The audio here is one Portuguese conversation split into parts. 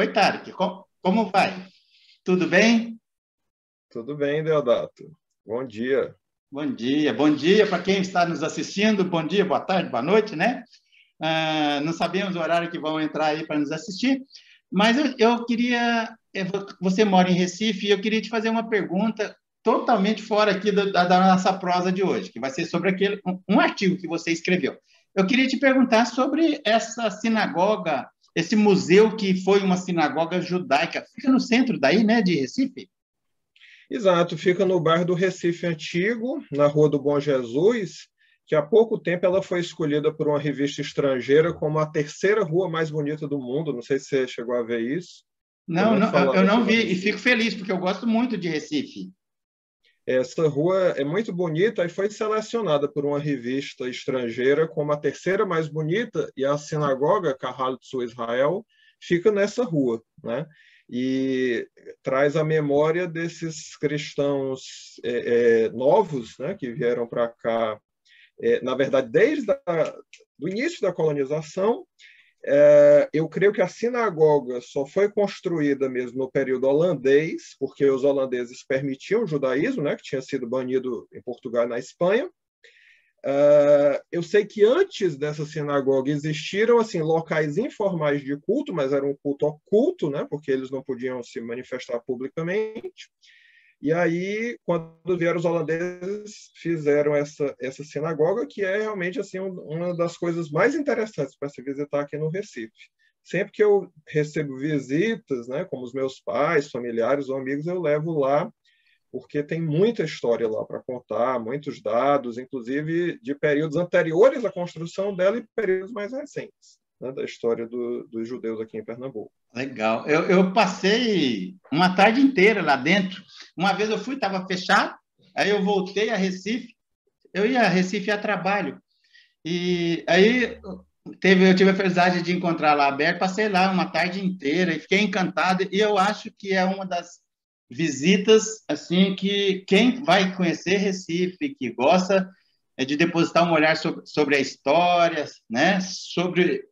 Oi, Tarek, como vai? Tudo bem? Tudo bem, Deodato? Bom dia. Bom dia para quem está nos assistindo, bom dia, boa tarde, boa noite, né? Não sabemos o horário que vão entrar aí para nos assistir, mas eu queria. Você mora em Recife e eu queria te fazer uma pergunta totalmente fora aqui da nossa prosa de hoje, que vai ser sobre um artigo que você escreveu. Eu queria te perguntar sobre essa sinagoga, esse museu que foi uma sinagoga judaica. Fica no centro daí, né, de Recife? Exato, fica no bairro do Recife Antigo, na Rua do Bom Jesus, que há pouco tempo ela foi escolhida por uma revista estrangeira como a terceira rua mais bonita do mundo. Não sei se você chegou a ver isso. Foi Não, muito não, eu falado não aqui no vi e fico Recife. feliz, porque eu gosto muito de Recife. Essa rua é muito bonita e foi selecionada por uma revista estrangeira como a terceira mais bonita, e a sinagoga Kahal Tzu Israel fica nessa rua, né? E traz a memória desses cristãos novos, né, que vieram para cá, na verdade, o início da colonização. Eu creio que a sinagoga só foi construída mesmo no período holandês, porque os holandeses permitiam o judaísmo, né, que tinha sido banido em Portugal e na Espanha. Eu sei que antes dessa sinagoga existiram assim locais informais de culto, mas era um culto oculto, né, porque eles não podiam se manifestar publicamente. E aí, quando vieram os holandeses, fizeram essa sinagoga, que é realmente assim uma das coisas mais interessantes para se visitar aqui no Recife. Sempre que eu recebo visitas, né, como os meus pais, familiares ou amigos, eu levo lá, porque tem muita história lá para contar, muitos dados, inclusive de períodos anteriores à construção dela e períodos mais recentes, né, da história dos judeus aqui em Pernambuco. Legal. Eu passei uma tarde inteira lá dentro. Uma vez eu fui, estava fechado, aí eu voltei a Recife. Eu ia a Recife a trabalho. E aí eu tive a felicidade de encontrar lá aberto. Passei lá uma tarde inteira e fiquei encantado. E eu acho que é uma das visitas assim que quem vai conhecer Recife, que gosta de depositar um olhar sobre a história, né? Sobre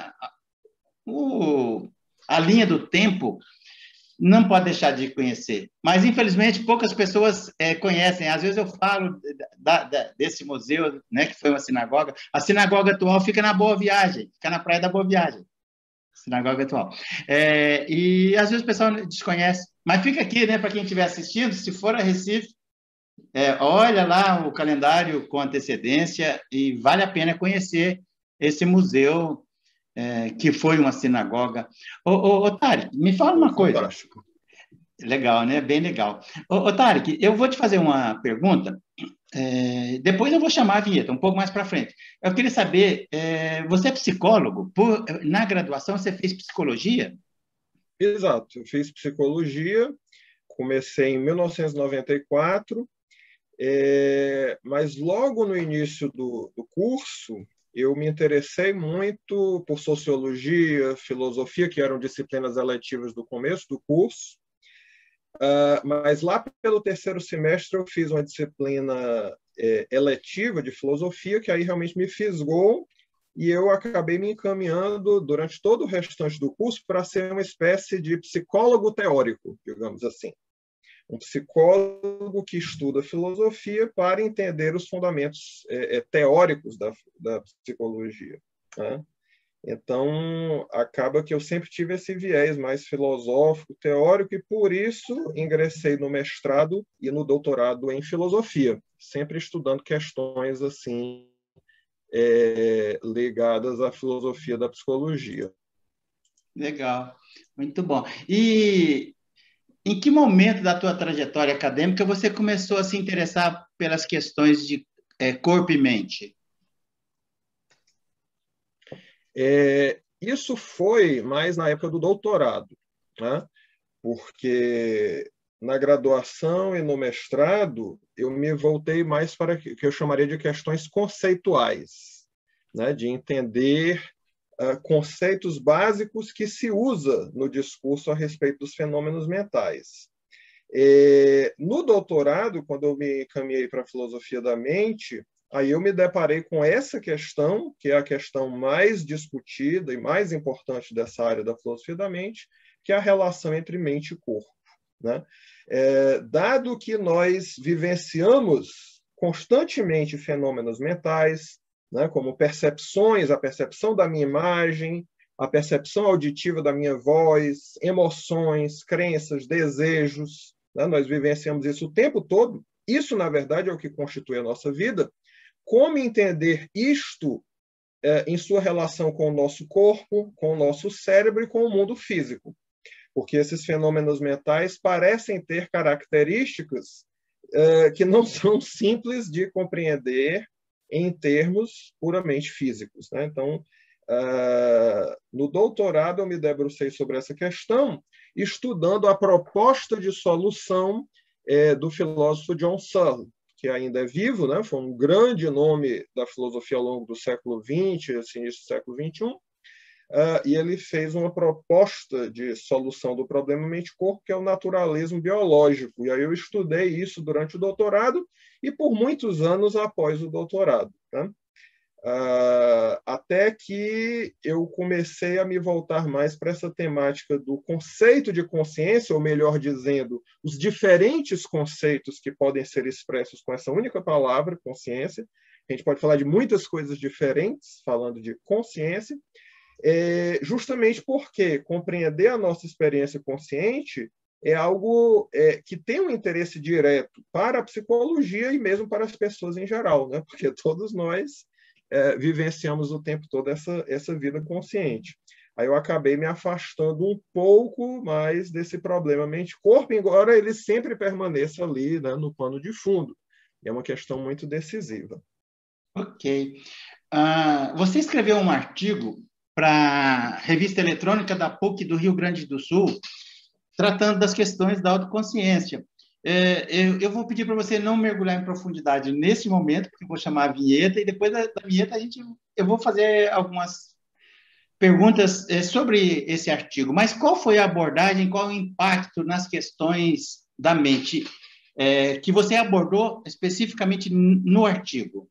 o, a linha do tempo, não pode deixar de conhecer. Mas, infelizmente, poucas pessoas conhecem. Às vezes eu falo desse museu, né, que foi uma sinagoga. A sinagoga atual fica na Boa Viagem, fica na Praia da Boa Viagem. Sinagoga atual. E às vezes o pessoal desconhece. Mas fica aqui, né, para quem estiver assistindo, se for a Recife, olha lá o calendário com antecedência e vale a pena conhecer esse museu que foi uma sinagoga. Tarek, me fala Foi uma coisa. fantástico. Legal, né? Bem legal. Tarek, eu vou te fazer uma pergunta. Depois eu vou chamar a vinheta, um pouco mais para frente. Eu queria saber, você é psicólogo? Na graduação você fez psicologia? Exato, eu fiz psicologia, comecei em 1994, mas logo no início do curso eu me interessei muito por sociologia, filosofia, que eram disciplinas eletivas do começo do curso, mas lá pelo terceiro semestre eu fiz uma disciplina eletiva de filosofia, que aí realmente me fisgou, e eu acabei me encaminhando durante todo o restante do curso para ser uma espécie de psicólogo teórico, digamos assim. Um psicólogo que estuda filosofia para entender os fundamentos teóricos da psicologia, né? Então, acaba que eu sempre tive esse viés mais filosófico, teórico, e por isso ingressei no mestrado e no doutorado em filosofia, sempre estudando questões assim ligadas à filosofia da psicologia. Legal, muito bom. E em que momento da tua trajetória acadêmica você começou a se interessar pelas questões de corpo e mente? Isso foi mais na época do doutorado, né? Porque na graduação e no mestrado eu me voltei mais para o que eu chamaria de questões conceituais, né? De entender conceitos básicos que se usa no discurso a respeito dos fenômenos mentais. No doutorado, quando eu me encaminhei para a filosofia da mente, aí eu me deparei com essa questão, que é a questão mais discutida e mais importante dessa área da filosofia da mente, que é a relação entre mente e corpo, né? Dado que nós vivenciamos constantemente fenômenos mentais, né, como percepções, a percepção da minha imagem, a percepção auditiva da minha voz, emoções, crenças, desejos, né, nós vivenciamos isso o tempo todo. Isso, na verdade, é o que constitui a nossa vida. Como entender isto em sua relação com o nosso corpo, com o nosso cérebro e com o mundo físico? Porque esses fenômenos mentais parecem ter características que não são simples de compreender em termos puramente físicos, né? Então, no doutorado, eu me debrucei sobre essa questão, estudando a proposta de solução do filósofo John Searle, que ainda é vivo, né? Foi um grande nome da filosofia ao longo do século XX, assim, início do século XXI, e ele fez uma proposta de solução do problema mente-corpo, que é o naturalismo biológico. E aí eu estudei isso durante o doutorado e por muitos anos após o doutorado, né? Até que eu comecei a me voltar mais para essa temática do conceito de consciência, ou melhor dizendo, os diferentes conceitos que podem ser expressos com essa única palavra, consciência. A gente pode falar de muitas coisas diferentes, falando de consciência, justamente porque compreender a nossa experiência consciente é algo que tem um interesse direto para a psicologia e mesmo para as pessoas em geral, né? Porque todos nós vivenciamos o tempo todo essa vida consciente. Aí eu acabei me afastando um pouco mais desse problema mente-corpo, embora ele sempre permaneça ali, né, no pano de fundo. É uma questão muito decisiva. Ok. Você escreveu um artigo para a revista eletrônica da PUC do Rio Grande do Sul, tratando das questões da autoconsciência. Eu vou pedir para você não mergulhar em profundidade nesse momento, porque eu vou chamar a vinheta, e depois da vinheta eu vou fazer algumas perguntas sobre esse artigo. Mas qual foi a abordagem, qual o impacto nas questões da mente que você abordou especificamente no artigo?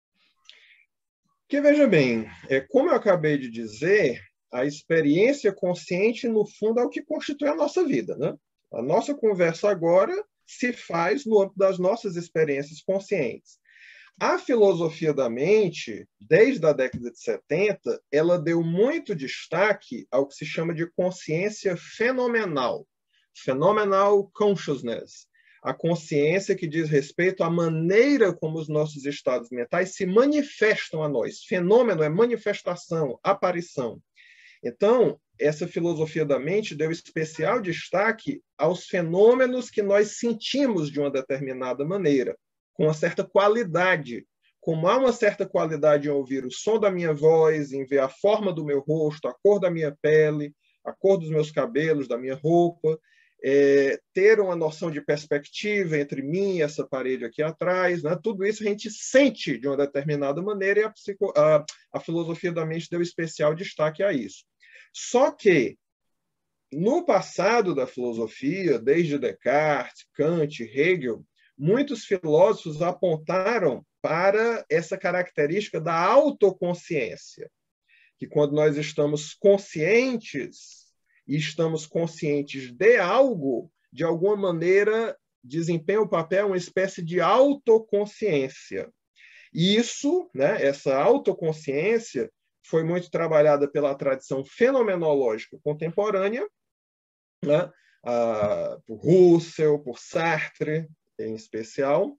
Que, veja bem, como eu acabei de dizer, a experiência consciente, no fundo, é o que constitui a nossa vida, né? A nossa conversa agora se faz no âmbito das nossas experiências conscientes. A filosofia da mente, desde a década de 70, ela deu muito destaque ao que se chama de consciência fenomenal, phenomenal consciousness, a consciência que diz respeito à maneira como os nossos estados mentais se manifestam a nós. Fenômeno é manifestação, aparição. Então, essa filosofia da mente deu especial destaque aos fenômenos que nós sentimos de uma determinada maneira, com uma certa qualidade. Como há uma certa qualidade em ouvir o som da minha voz, em ver a forma do meu rosto, a cor da minha pele, a cor dos meus cabelos, da minha roupa, ter uma noção de perspectiva entre mim e essa parede aqui atrás, né? Tudo isso a gente sente de uma determinada maneira e a filosofia da mente deu especial destaque a isso. Só que, no passado da filosofia, desde Descartes, Kant, Hegel, muitos filósofos apontaram para essa característica da autoconsciência, que quando nós estamos conscientes e estamos conscientes de algo, de alguma maneira desempenha o papel uma espécie de autoconsciência. E isso, né, essa autoconsciência, foi muito trabalhada pela tradição fenomenológica contemporânea, né, por Russell, por Sartre, em especial.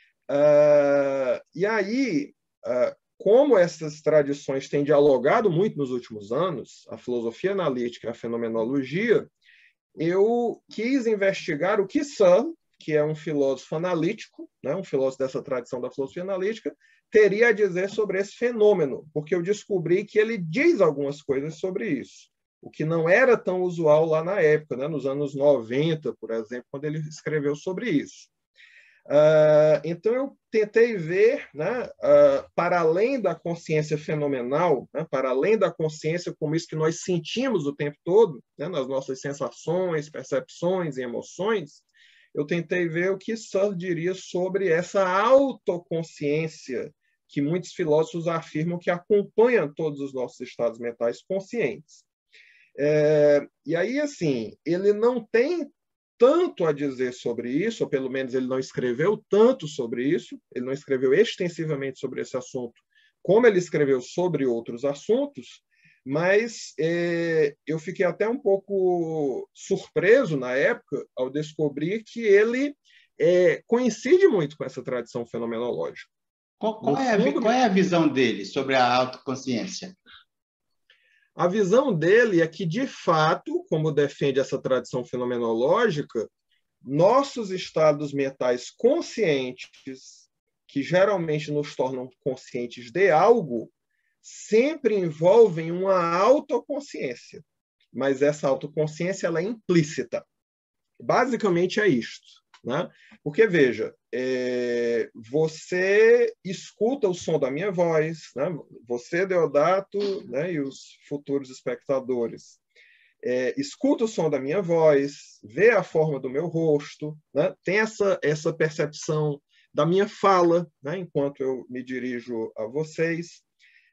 E aí, como essas tradições têm dialogado muito nos últimos anos, a filosofia analítica e a fenomenologia, eu quis investigar o que Searle, que é um filósofo analítico, né, um filósofo dessa tradição da filosofia analítica, teria a dizer sobre esse fenômeno, porque eu descobri que ele diz algumas coisas sobre isso, o que não era tão usual lá na época, né, nos anos 90, por exemplo, quando ele escreveu sobre isso. Então, eu tentei ver, né, para além da consciência fenomenal, né, para além da consciência como isso que nós sentimos o tempo todo, né, nas nossas sensações, percepções e emoções, eu tentei ver o que Searle diria sobre essa autoconsciência que muitos filósofos afirmam que acompanha todos os nossos estados mentais conscientes. E aí, assim, ele não tem tanto a dizer sobre isso, ou pelo menos ele não escreveu tanto sobre isso, ele não escreveu extensivamente sobre esse assunto, como ele escreveu sobre outros assuntos, mas eu fiquei até um pouco surpreso na época ao descobrir que ele coincide muito com essa tradição fenomenológica. Qual é a visão dele sobre a autoconsciência? A visão dele é que, de fato, como defende essa tradição fenomenológica, nossos estados mentais conscientes, que geralmente nos tornam conscientes de algo, sempre envolvem uma autoconsciência. Mas essa autoconsciência ela é implícita. Basicamente é isto. Né? Porque, veja, você escuta o som da minha voz, né? Você, Deodato, né? E os futuros espectadores, escuta o som da minha voz, vê a forma do meu rosto, né? Tem essa percepção da minha fala, né? Enquanto eu me dirijo a vocês.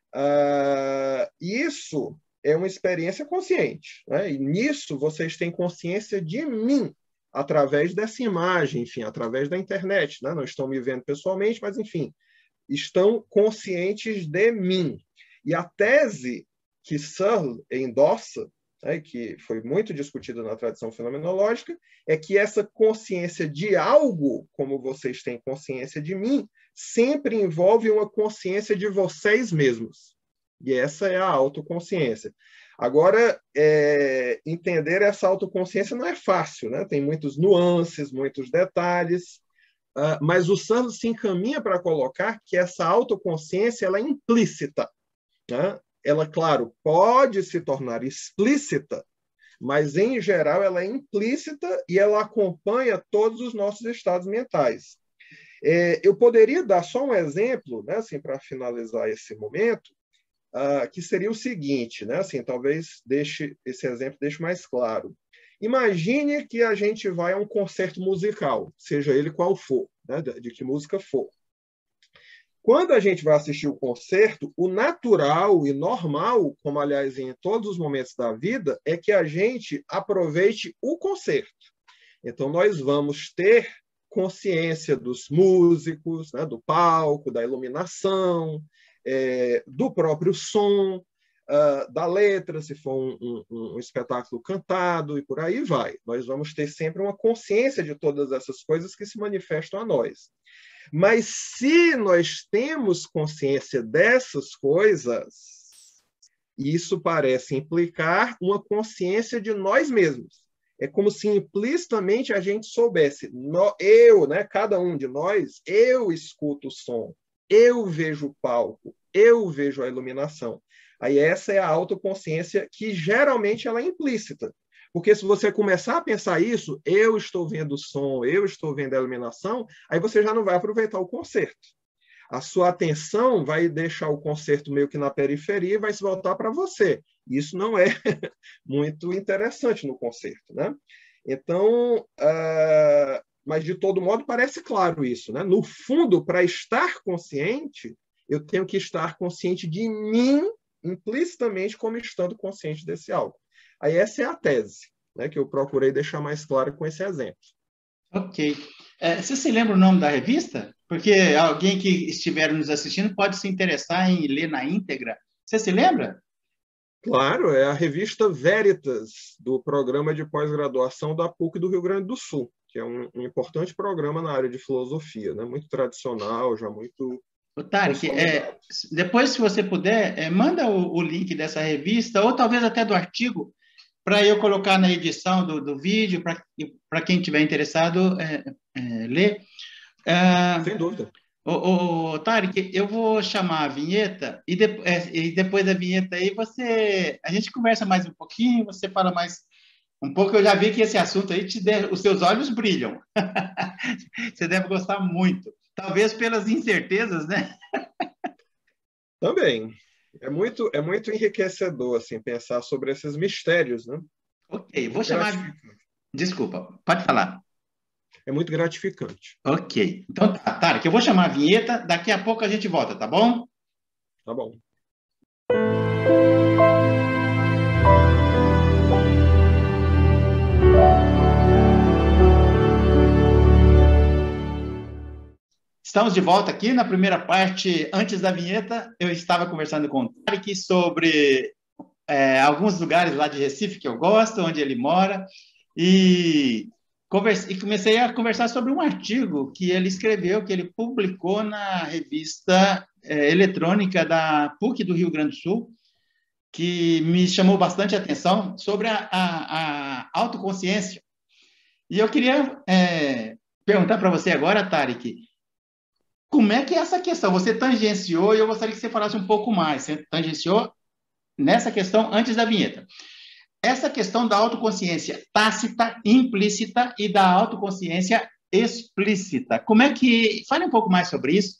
Isso é uma experiência consciente, né? E nisso vocês têm consciência de mim, através dessa imagem, enfim, através da internet, né? Não estão me vendo pessoalmente, mas, enfim, estão conscientes de mim. E a tese que Searle endossa, né, que foi muito discutida na tradição fenomenológica, é que essa consciência de algo, como vocês têm consciência de mim, sempre envolve uma consciência de vocês mesmos. E essa é a autoconsciência. Agora, entender essa autoconsciência não é fácil, né? Tem muitos nuances, muitos detalhes, mas o Searle se encaminha para colocar que essa autoconsciência ela é implícita. Né? Ela, claro, pode se tornar explícita, mas, em geral, ela é implícita e ela acompanha todos os nossos estados mentais. Eu poderia dar só um exemplo, né, assim, para finalizar esse momento, que seria o seguinte, né? Assim, talvez esse exemplo deixe mais claro. Imagine que a gente vai a um concerto musical, seja ele qual for, né? De que música for. Quando a gente vai assistir o concerto, o natural e normal, como, aliás, em todos os momentos da vida, é que a gente aproveite o concerto. Então, nós vamos ter consciência dos músicos, né? Do palco, da iluminação, do próprio som, da letra, se for um espetáculo cantado, e por aí vai. Nós vamos ter sempre uma consciência de todas essas coisas que se manifestam a nós. Mas se nós temos consciência dessas coisas, isso parece implicar uma consciência de nós mesmos. É como se implicitamente a gente soubesse, né, cada um de nós, eu escuto o som, eu vejo o palco, eu vejo a iluminação. Aí essa é a autoconsciência que geralmente ela é implícita. Porque se você começar a pensar isso, eu estou vendo o som, eu estou vendo a iluminação, aí você já não vai aproveitar o concerto. A sua atenção vai deixar o concerto meio que na periferia e vai se voltar para você. Isso não é muito interessante no concerto, né? Então, mas de todo modo parece claro isso, né? No fundo, para estar consciente, eu tenho que estar consciente de mim implicitamente como estando consciente desse algo. Aí essa é a tese, né, que eu procurei deixar mais clara com esse exemplo. Ok. Você se lembra o nome da revista? Porque alguém que estiver nos assistindo pode se interessar em ler na íntegra. Você se lembra? Claro, é a revista Veritas, do programa de pós-graduação da PUC do Rio Grande do Sul, que é um importante programa na área de filosofia, né? Muito tradicional, já muito... Tarek, depois, se você puder, manda o link dessa revista, ou talvez até do artigo, para eu colocar na edição do vídeo, para quem estiver interessado ler. Sem dúvida. Tarek, eu vou chamar a vinheta e depois da vinheta aí a gente conversa mais um pouquinho, você fala mais um pouco. Eu já vi que esse assunto aí os seus olhos brilham. Você deve gostar muito. Talvez pelas incertezas, né? Também. É muito enriquecedor assim, pensar sobre esses mistérios, né? Ok, vou chamar... Desculpa, pode falar. É muito gratificante. Ok. Então tá, Tarek, eu vou chamar a vinheta, daqui a pouco a gente volta, tá bom? Tá bom. Estamos de volta aqui na primeira parte. Antes da vinheta, eu estava conversando com o Tarek sobre alguns lugares lá de Recife que eu gosto, onde ele mora, e comecei a conversar sobre um artigo que ele escreveu, que ele publicou na revista eletrônica da PUC do Rio Grande do Sul, que me chamou bastante atenção sobre a autoconsciência. E eu queria perguntar para você agora, Tarek, como é que é essa questão? Você tangenciou e eu gostaria que você falasse um pouco mais. Você tangenciou nessa questão antes da vinheta. Essa questão da autoconsciência tácita, implícita e da autoconsciência explícita. Como é que... Fale um pouco mais sobre isso.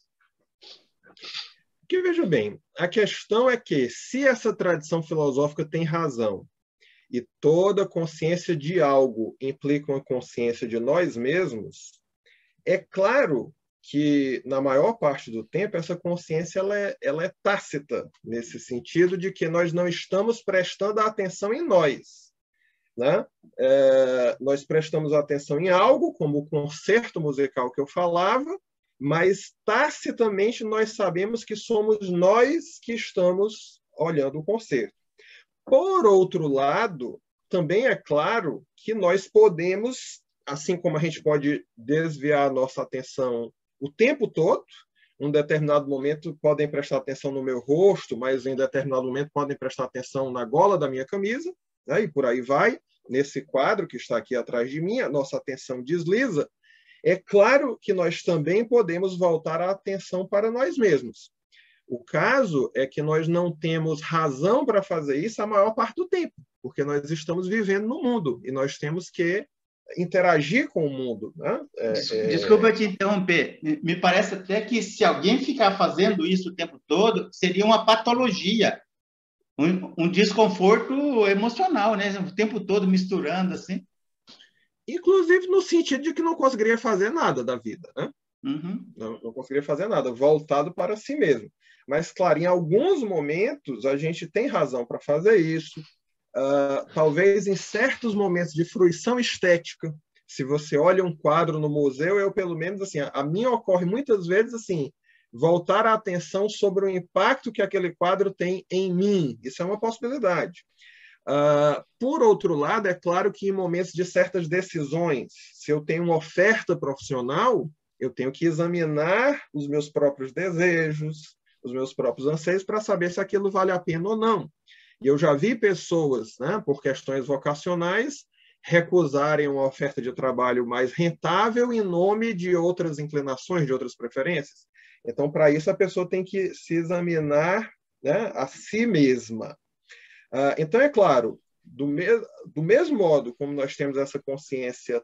Que veja bem, a questão é que, se essa tradição filosófica tem razão e toda consciência de algo implica uma consciência de nós mesmos, é claro que, na maior parte do tempo, essa consciência ela é tácita, nesse sentido de que nós não estamos prestando atenção em nós. Né? Nós prestamos atenção em algo, como o concerto musical que eu falava, mas tacitamente nós sabemos que somos nós que estamos olhando o concerto. Por outro lado, também é claro que nós podemos, assim como a gente pode desviar a nossa atenção o tempo todo, em um determinado momento podem prestar atenção no meu rosto, mas em determinado momento podem prestar atenção na gola da minha camisa, né? E por aí vai. Nesse quadro que está aqui atrás de mim, a nossa atenção desliza. É claro que nós também podemos voltar a atenção para nós mesmos. O caso é que nós não temos razão para fazer isso a maior parte do tempo, porque nós estamos vivendo no mundo e nós temos que interagir com o mundo. Né? Desculpa te interromper. Me parece até que se alguém ficar fazendo isso o tempo todo, seria uma patologia, um desconforto emocional, né? O tempo todo misturando assim. Inclusive no sentido de que não conseguiria fazer nada da vida, né? Uhum. Não conseguiria fazer nada, voltado para si mesmo. Mas, claro, em alguns momentos a gente tem razão para fazer isso. Talvez em certos momentos de fruição estética, se você olha um quadro no museu, eu pelo menos assim, a mim ocorre muitas vezes assim, voltar a atenção sobre o impacto que aquele quadro tem em mim. Isso é uma possibilidade. Por outro lado, é claro que em momentos de certas decisões, se eu tenho uma oferta profissional, eu tenho que examinar os meus próprios desejos, os meus próprios anseios, para saber se aquilo vale a pena ou não. E eu já vi pessoas, né, por questões vocacionais, recusarem uma oferta de trabalho mais rentável em nome de outras inclinações, de outras preferências. Então, para isso, a pessoa tem que se examinar, né, a si mesma. Então, é claro, do mesmo modo como nós temos essa consciência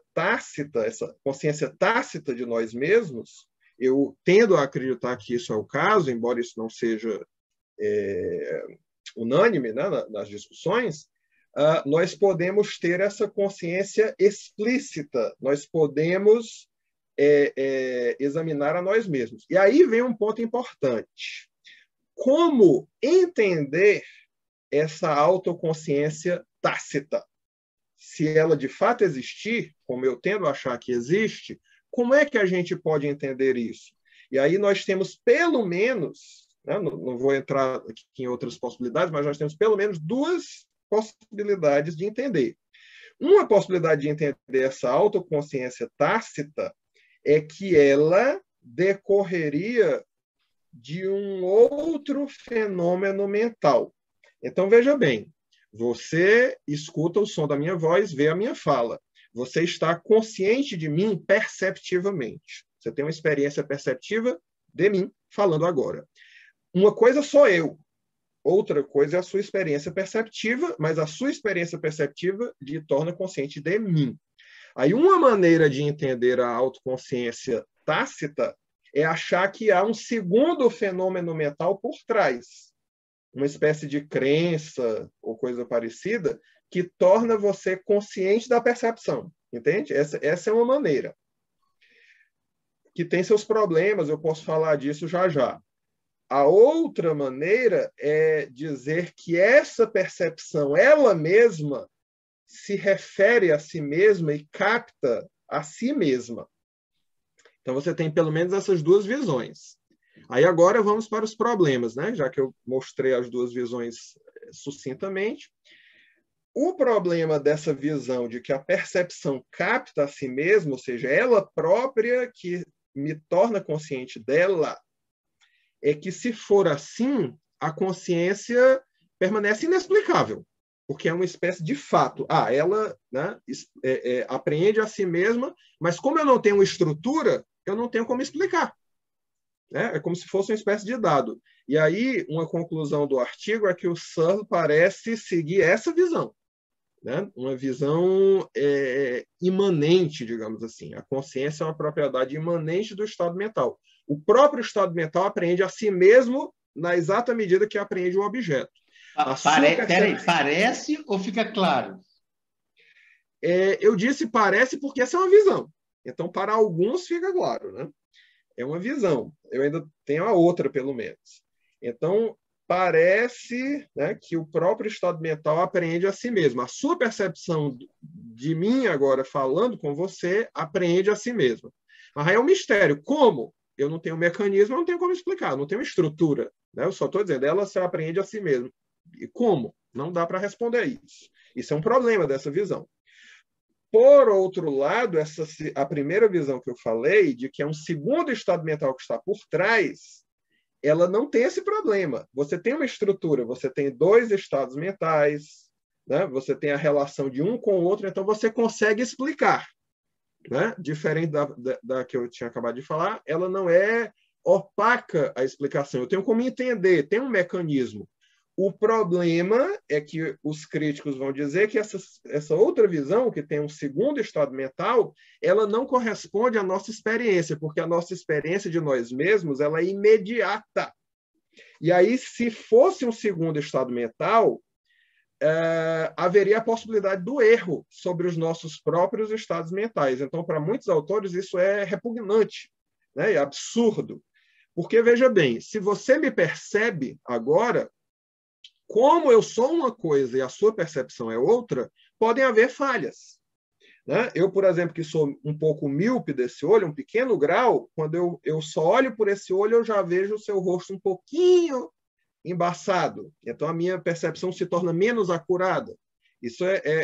tácita de nós mesmos, eu tendo a acreditar que isso é o caso, embora isso não seja unânime, né, nas discussões, nós podemos ter essa consciência explícita, nós podemos examinar a nós mesmos. E aí vem um ponto importante. Como entender essa autoconsciência tácita? Se ela de fato existir, como eu tendo a achar que existe, como é que a gente pode entender isso? E aí nós temos pelo menos, né, não vou entrar aqui em outras possibilidades, mas nós temos pelo menos duas possibilidades de entender. Uma possibilidade de entender essa autoconsciência tácita é que ela decorreria de um outro fenômeno mental. Então, veja bem, você escuta o som da minha voz, vê a minha fala. Você está consciente de mim perceptivamente. Você tem uma experiência perceptiva de mim falando agora. Uma coisa sou eu, outra coisa é a sua experiência perceptiva, mas a sua experiência perceptiva lhe torna consciente de mim. Aí, uma maneira de entender a autoconsciência tácita é achar que há um segundo fenômeno mental por trás, uma espécie de crença ou coisa parecida que torna você consciente da percepção, entende? Essa é uma maneira. Que tem seus problemas, eu posso falar disso já já. A outra maneira é dizer que essa percepção, ela mesma, se refere a si mesma e capta a si mesma. Então, você tem pelo menos essas duas visões. Aí, agora, vamos para os problemas, né? Já que eu mostrei as duas visões sucintamente. O problema dessa visão de que a percepção capta a si mesma, ou seja, ela própria que me torna consciente dela, é que, se for assim, a consciência permanece inexplicável, porque é uma espécie de fato. Ela, né, apreende a si mesma, mas como eu não tenho estrutura, eu não tenho como explicar. Né? É como se fosse uma espécie de dado. E aí, uma conclusão do artigo é que o Searle parece seguir essa visão. Né? Uma visão imanente, digamos assim. A consciência é uma propriedade imanente do estado mental. O próprio estado mental apreende a si mesmo na exata medida que apreende o objeto. Peraí, parece ou fica claro? Eu disse parece porque essa é uma visão. Então, para alguns fica claro. Né? É uma visão. Eu ainda tenho a outra, pelo menos. Então, parece, né, que o próprio estado mental apreende a si mesmo. A sua percepção de mim agora falando com você apreende a si mesma. Mas aí é um mistério. Como? Eu não tenho mecanismo, eu não tenho como explicar, não tenho estrutura. Né? Eu só estou dizendo, ela se apreende a si mesma. E como? Não dá para responder isso. Isso é um problema dessa visão. Por outro lado, a primeira visão que eu falei, de que é um segundo estado mental que está por trás, ela não tem esse problema. Você tem uma estrutura, você tem dois estados mentais, né? Você tem a relação de um com o outro, então você consegue explicar. Né? Diferente da que eu tinha acabado de falar, ela não é opaca a explicação. Eu tenho como entender, tem um mecanismo. O problema é que os críticos vão dizer que essa outra visão, que tem um segundo estado mental, ela não corresponde à nossa experiência, porque a nossa experiência de nós mesmos ela é imediata. E aí, se fosse um segundo estado mental, haveria a possibilidade do erro sobre os nossos próprios estados mentais. Então, para muitos autores, isso é repugnante, né? É absurdo. Porque, veja bem, se você me percebe agora, como eu sou uma coisa e a sua percepção é outra, podem haver falhas. Né? Eu, por exemplo, que sou um pouco míope desse olho, um pequeno grau, quando eu só olho por esse olho, eu já vejo o seu rosto um pouquinho embaçado. Então, a minha percepção se torna menos acurada. Isso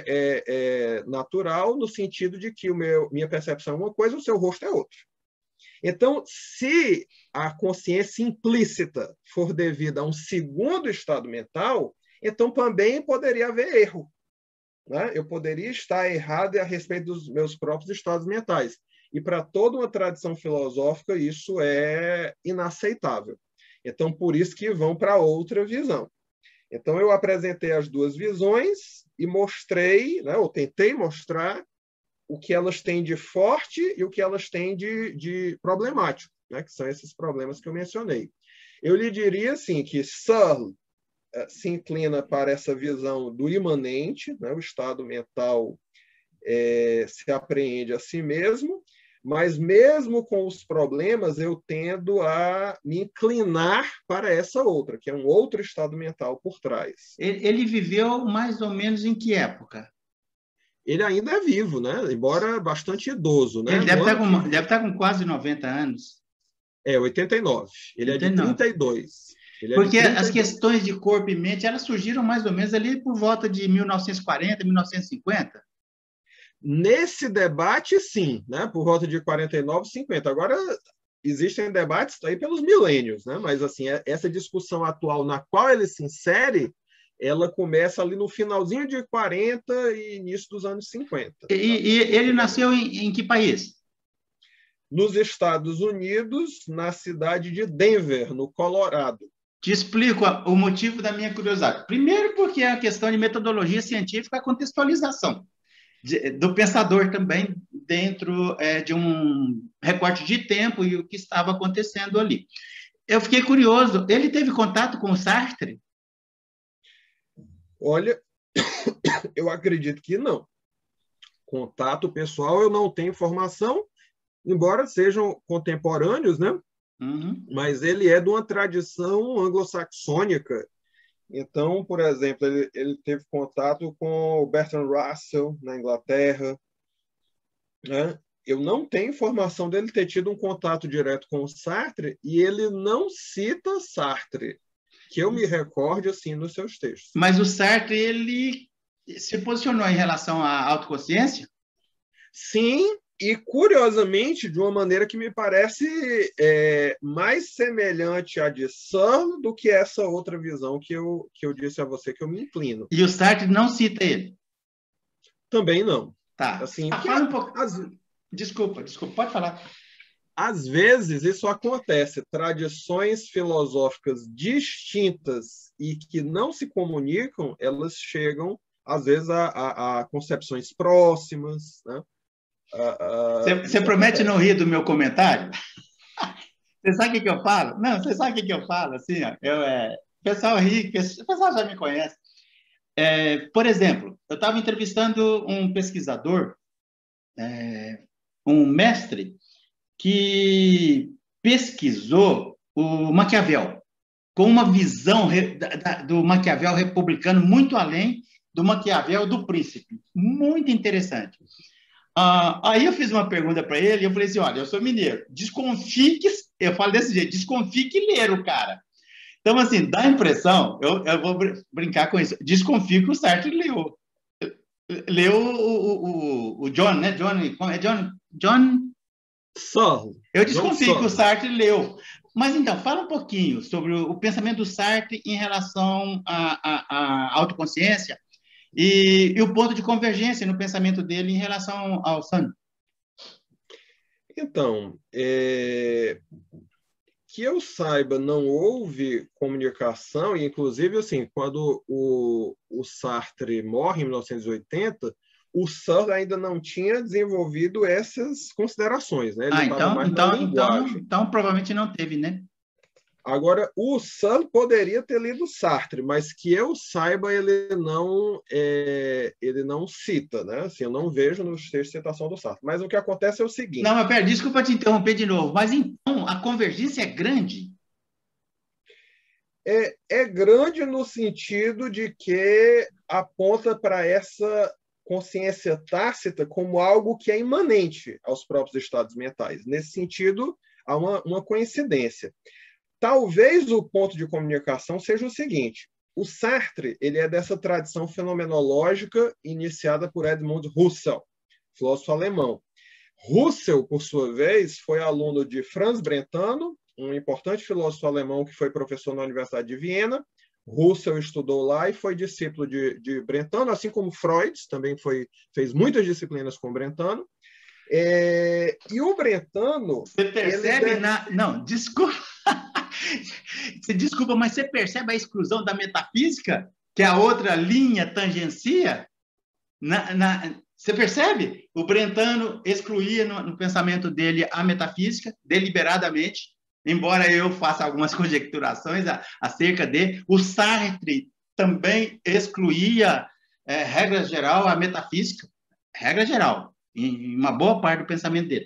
é natural no sentido de que minha percepção é uma coisa, o seu rosto é outra. Então, se a consciência implícita for devida a um segundo estado mental, então também poderia haver erro. Né? Eu poderia estar errado a respeito dos meus próprios estados mentais. E para toda uma tradição filosófica, isso é inaceitável. Então, por isso que vão para outra visão. Então, eu apresentei as duas visões e mostrei, né, ou tentei mostrar, o que elas têm de forte e o que elas têm de problemático, né, que são esses problemas que eu mencionei. Eu lhe diria assim, que Searle se inclina para essa visão do imanente, né, o estado mental se apreende a si mesmo, mas mesmo com os problemas, eu tendo a me inclinar para essa outra, que é um outro estado mental por trás. Ele viveu mais ou menos em que época? Ele ainda é vivo, né? Embora bastante idoso. Né? Ele deve estar com quase 90 anos. 89. Ele 89. É de 32. Porque as questões de corpo e mente, elas surgiram mais ou menos ali por volta de 1940, 1950. Nesse debate, sim, né? Por volta de 49, 50. Agora, existem debates aí pelos milênios, né? Mas, assim, essa discussão atual na qual ele se insere, ela começa ali no finalzinho de 40 e início dos anos 50. E ele nasceu em que país? Nos Estados Unidos, na cidade de Denver, no Colorado. Te explico o motivo da minha curiosidade. Primeiro, porque é uma questão de metodologia científica, a contextualização do pensador também dentro de um recorte de tempo e o que estava acontecendo ali. Eu fiquei curioso, ele teve contato com o Sartre? Olha, eu acredito que não. Contato pessoal eu não tenho informação, embora sejam contemporâneos, né? Uhum. Mas ele é de uma tradição anglo-saxônica. Então, por exemplo, ele teve contato com o Bertrand Russell, na Inglaterra, né? eu não tenho informação dele ter tido um contato direto com o Sartre, e ele não cita Sartre, que eu me recorde assim nos seus textos. Mas o Sartre, ele se posicionou em relação à autoconsciência? Sim, e curiosamente, de uma maneira que me parece mais semelhante à de Searle do que essa outra visão que eu disse a você que eu me inclino. E o Sartre não cita ele? Também não. Tá. Assim, Fala um pouco. Desculpa, pode falar. Às vezes isso acontece, tradições filosóficas distintas e que não se comunicam, elas chegam, às vezes, a concepções próximas, né? Você promete não rir do meu comentário? Você sabe o que eu falo? Não, você sabe o que eu falo? Assim, ó, o pessoal ri, o pessoal já me conhece. Por exemplo, eu estava entrevistando um pesquisador, um mestre, que pesquisou o Maquiavel, com uma visão do Maquiavel republicano muito além do Maquiavel do Príncipe. Muito interessante. Aí eu fiz uma pergunta para ele, e eu falei assim, olha, eu sou mineiro, desconfie que... Eu falo desse jeito, desconfie que ler o cara. Então, assim, dá a impressão, eu vou brincar com isso, desconfie que o Sartre leu. Leu o John, né? John... Só. Eu desconfio que o Sartre leu. Mas, então, fala um pouquinho sobre o pensamento do Sartre em relação à autoconsciência e o ponto de convergência no pensamento dele em relação ao Sand. Então, que eu saiba, não houve comunicação, e inclusive, assim, quando o Sartre morre em 1980, o Searle ainda não tinha desenvolvido essas considerações, né? Ele estava mais na linguagem. Então, provavelmente não teve, né? Agora, o Searle poderia ter lido Sartre, mas que eu saiba, ele não cita, né? Assim, eu não vejo nos textos de citação do Sartre. Mas o que acontece é o seguinte... Não, mas pera, desculpa te interromper de novo, mas então a convergência é grande? É grande no sentido de que aponta para essa consciência tácita como algo que é imanente aos próprios estados mentais. Nesse sentido, há uma coincidência. Talvez o ponto de comunicação seja o seguinte: o Sartre, ele é dessa tradição fenomenológica iniciada por Edmund Husserl, filósofo alemão. Husserl, por sua vez, foi aluno de Franz Brentano, um importante filósofo alemão que foi professor na Universidade de Viena. Husserl estudou lá e foi discípulo de Brentano, assim como Freud, também fez muitas disciplinas com Brentano. E o Brentano... Você percebe... Não, desculpa. Desculpa, mas você percebe a exclusão da metafísica, que a outra linha tangencia? Você percebe? O Brentano excluía no pensamento dele a metafísica, deliberadamente, embora eu faça algumas conjecturações acerca dele. O Sartre também excluía, regra geral, a metafísica, regra geral, em uma boa parte do pensamento dele.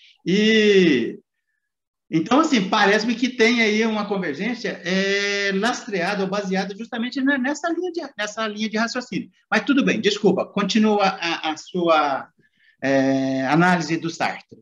Então, assim, parece-me que tem aí uma convergência lastreada ou baseada justamente nessa linha de raciocínio. Mas tudo bem, desculpa, continua a sua análise do Sartre.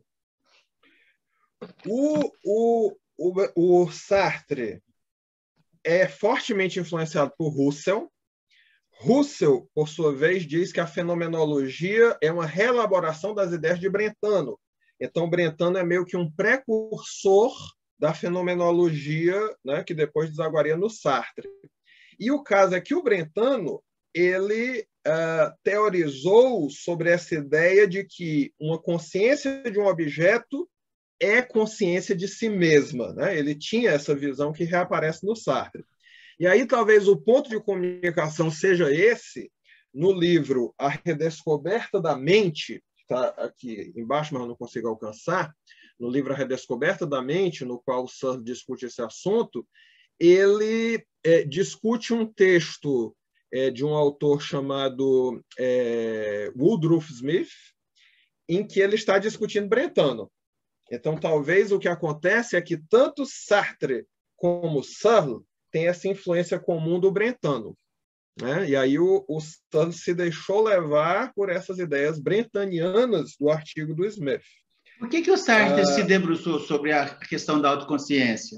O Sartre é fortemente influenciado por Husserl. Husserl, por sua vez, diz que a fenomenologia é uma reelaboração das ideias de Brentano. Então, Brentano é meio que um precursor da fenomenologia, né, que depois desaguaria no Sartre. E o caso é que o Brentano ele teorizou sobre essa ideia de que uma consciência de um objeto é consciência de si mesma, né? Ele tinha essa visão que reaparece no Sartre. E aí talvez o ponto de comunicação seja esse, no livro A Redescoberta da Mente, está aqui embaixo, mas eu não consigo alcançar, no livro A Redescoberta da Mente, no qual o Searle discute esse assunto, ele discute um texto de um autor chamado Woodrow Smith, em que ele está discutindo Brentano. Então, talvez o que acontece é que tanto Sartre como Searle têm essa influência comum do Brentano. né? E aí o Searle se deixou levar por essas ideias brentanianas do artigo do Smith. Por que o Sartre se debruçou sobre a questão da autoconsciência?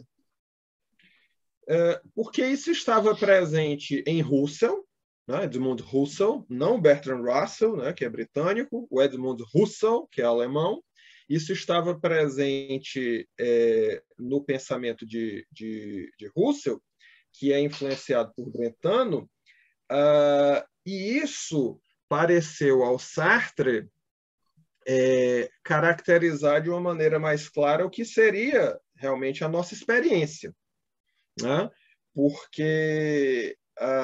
Porque isso estava presente em Husserl, né? Edmund Husserl, não Bertrand Russell, né? Que é britânico, o Edmund Husserl, que é alemão. Isso estava presente no pensamento de Husserl, que é influenciado por Brentano, e isso pareceu ao Sartre caracterizar de uma maneira mais clara o que seria realmente a nossa experiência, né? Porque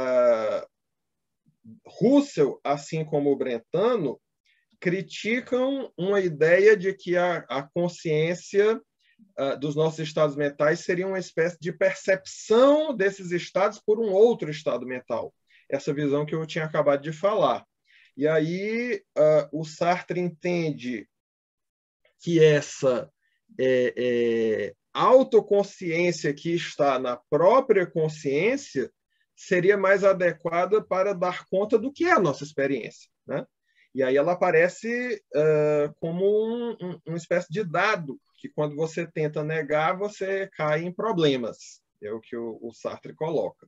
Husserl, assim como o Brentano, criticam uma ideia de que a consciência dos nossos estados mentais seria uma espécie de percepção desses estados por um outro estado mental. Essa visão que eu tinha acabado de falar. E aí o Sartre entende que essa autoconsciência que está na própria consciência seria mais adequada para dar conta do que é a nossa experiência, né? E aí ela aparece como uma espécie de dado que, quando você tenta negar, você cai em problemas. É o que o Sartre coloca.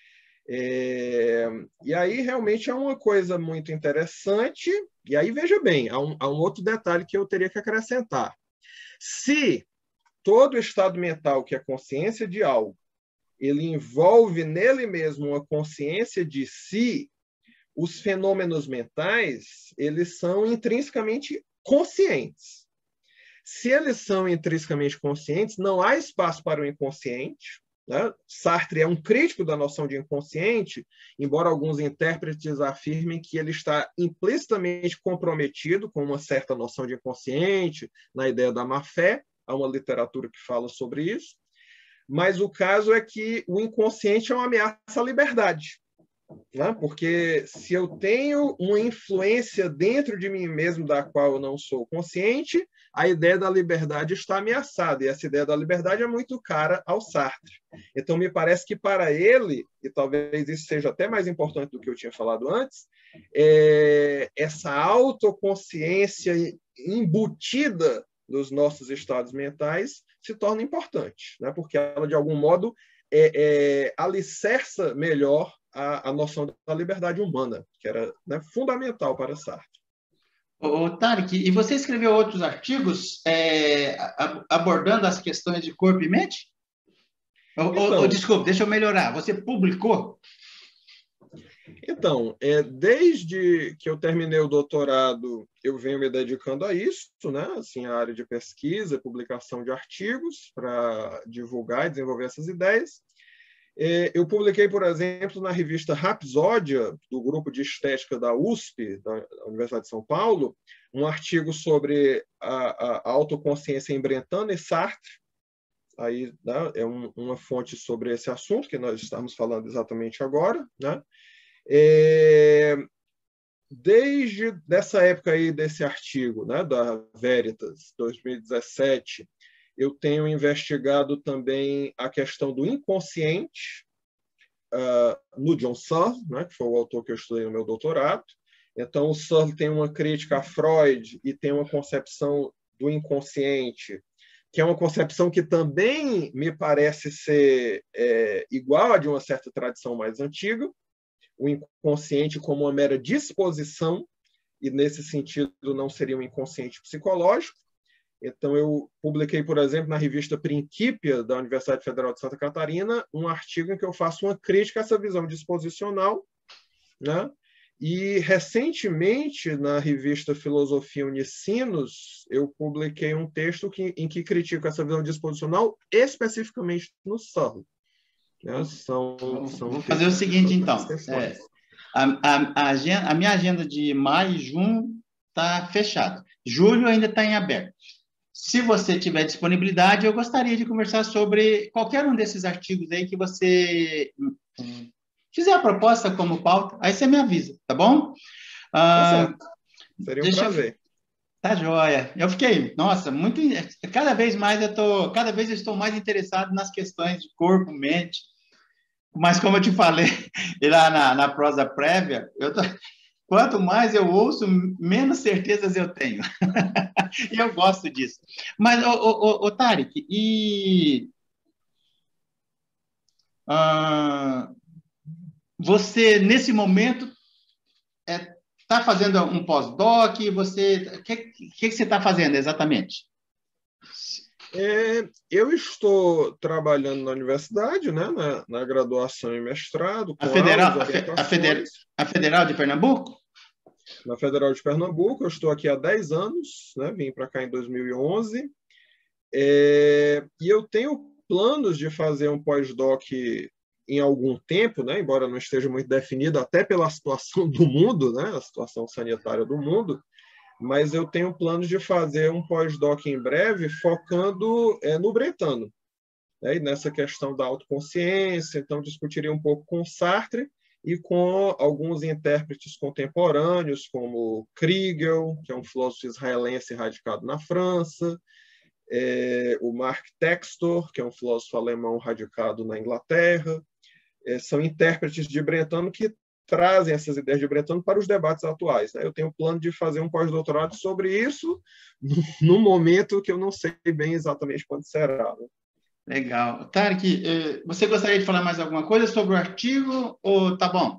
E aí realmente é uma coisa muito interessante. E aí, veja bem, há um outro detalhe que eu teria que acrescentar. Se todo estado mental, que é consciência de algo, ele envolve nele mesmo uma consciência de si, os fenômenos mentais, eles são intrinsecamente conscientes. Se eles são intrinsecamente conscientes, não há espaço para o inconsciente, né? Sartre é um crítico da noção de inconsciente, embora alguns intérpretes afirmem que ele está implicitamente comprometido com uma certa noção de inconsciente, na ideia da má-fé. Há uma literatura que fala sobre isso. Mas o caso é que o inconsciente é uma ameaça à liberdade, né? Porque se eu tenho uma influência dentro de mim mesmo da qual eu não sou consciente, a ideia da liberdade está ameaçada, e essa ideia da liberdade é muito cara ao Sartre. Então, me parece que para ele, e talvez isso seja até mais importante do que eu tinha falado antes, essa autoconsciência embutida nos nossos estados mentais se torna importante, né? Porque ela, de algum modo, alicerça melhor a noção da liberdade humana, que era, né, fundamental para Sartre. Tarek, e você escreveu outros artigos abordando as questões de corpo e mente? Então, Desculpe, deixa eu melhorar. Você publicou? Então, desde que eu terminei o doutorado, eu venho me dedicando a isso, né? Assim, a área de pesquisa, publicação de artigos para divulgar e desenvolver essas ideias. Eu publiquei, por exemplo, na revista Rapsódia, do grupo de estética da USP, da Universidade de São Paulo, um artigo sobre a autoconsciência em Brentano e Sartre. Aí, né, é uma fonte sobre esse assunto que nós estamos falando exatamente agora, né? Desde dessa época aí, desse artigo, né, da Veritas, 2017, eu tenho investigado também a questão do inconsciente no John Searle, né, que foi o autor que eu estudei no meu doutorado. Então, o Searle tem uma crítica a Freud e tem uma concepção do inconsciente, que é uma concepção que também me parece ser igual a de uma certa tradição mais antiga, o inconsciente como uma mera disposição, e nesse sentido não seria um inconsciente psicológico. Então, eu publiquei, por exemplo, na revista Principia, da Universidade Federal de Santa Catarina, um artigo em que eu faço uma crítica a essa visão disposicional, né? E, recentemente, na revista Filosofia Unicinos, eu publiquei um texto em que critico essa visão disposicional, especificamente no Searle. Vou fazer o seguinte, então. A minha agenda de maio e junho está fechada. Julho ainda está em aberto. Se você tiver disponibilidade, eu gostaria de conversar sobre qualquer um desses artigos aí que você fizer a proposta como pauta, aí você me avisa, tá bom? Seria um prazer. Tá joia. Eu fiquei, nossa, muito. Cada vez eu estou mais interessado nas questões de corpo, mente. Mas como eu te falei lá na prosa prévia, quanto mais eu ouço, menos certezas eu tenho. E eu gosto disso. Mas, Tarek, ah, você, nesse momento, está fazendo um pós-doc? O que você está fazendo exatamente? Eu estou trabalhando na universidade, né, na graduação e mestrado, com aulas, orientações. A Federal de Pernambuco? Na Federal de Pernambuco, eu estou aqui há 10 anos, né, vim para cá em 2011, e eu tenho planos de fazer um pós-doc em algum tempo, né, embora não esteja muito definido, até pela situação do mundo, né, a situação sanitária do mundo, mas eu tenho planos de fazer um pós-doc em breve, focando no bretano, né, e nessa questão da autoconsciência. Então, discutiria um pouco com Sartre e com alguns intérpretes contemporâneos, como Kriegel, que é um filósofo israelense radicado na França, o Mark Textor, que é um filósofo alemão radicado na Inglaterra. São intérpretes de bretano que trazem essas ideias de bretano para os debates atuais, né? Eu tenho plano de fazer um pós-doutorado sobre isso, num momento que eu não sei bem exatamente quando será, né? Legal. Tarek, você gostaria de falar mais alguma coisa sobre o artigo ou tá bom?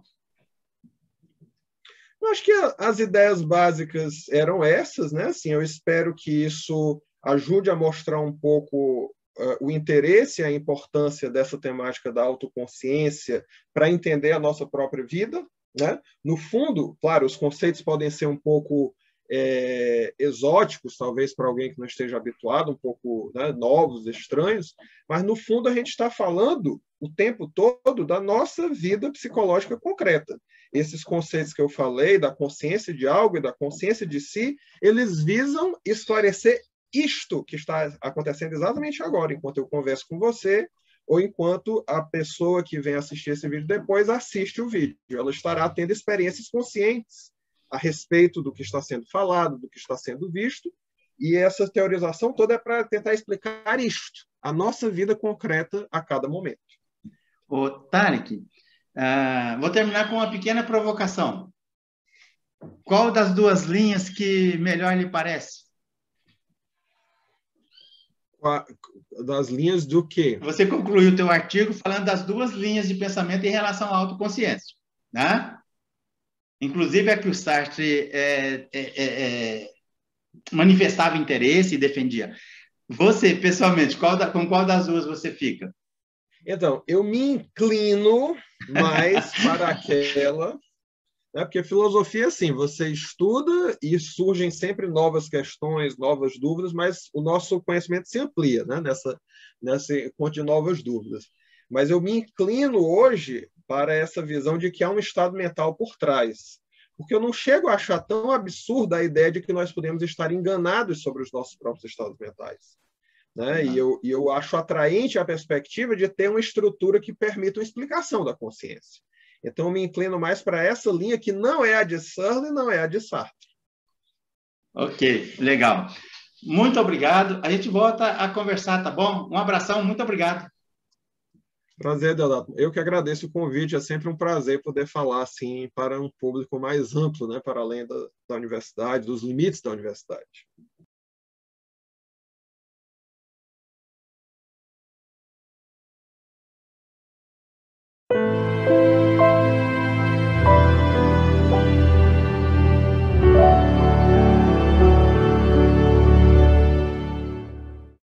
Eu acho que as ideias básicas eram essas, né? Assim, eu espero que isso ajude a mostrar um pouco o interesse e a importância dessa temática da autoconsciência para entender a nossa própria vida, né? No fundo, claro, os conceitos podem ser um pouco exóticos, talvez para alguém que não esteja habituado, um pouco, né, novos, estranhos, mas no fundo a gente está falando o tempo todo da nossa vida psicológica concreta. Esses conceitos que eu falei, da consciência de algo e da consciência de si, eles visam esclarecer isto que está acontecendo exatamente agora, enquanto eu converso com você, ou enquanto a pessoa que vem assistir esse vídeo depois assiste o vídeo. Ela estará tendo experiências conscientes a respeito do que está sendo falado, do que está sendo visto, e essa teorização toda é para tentar explicar isto, a nossa vida concreta a cada momento. Ô, Tarek, vou terminar com uma pequena provocação. Qual das duas linhas que melhor lhe parece? Das linhas do quê? Você concluiu o teu artigo falando das duas linhas de pensamento em relação à autoconsciência, né? Inclusive a que o Sartre manifestava interesse e defendia. Você, pessoalmente, com qual das duas você fica? Então, eu me inclino mais para aquela, né? Porque filosofia, assim, você estuda e surgem sempre novas questões, novas dúvidas, mas o nosso conhecimento se amplia, né? nessa conta de novas dúvidas. Mas eu me inclino hoje para essa visão de que há um estado mental por trás. Porque eu não chego a achar tão absurda a ideia de que nós podemos estar enganados sobre os nossos próprios estados mentais, né? E eu acho atraente a perspectiva de ter uma estrutura que permita uma explicação da consciência. Então, eu me inclino mais para essa linha que não é a de Searle e não é a de Sartre. Ok, legal. Muito obrigado. A gente volta a conversar, tá bom? Um abração, muito obrigado. Prazer, Deodato. Eu que agradeço o convite. É sempre um prazer poder falar assim para um público mais amplo, né? Para além da universidade, dos limites da universidade.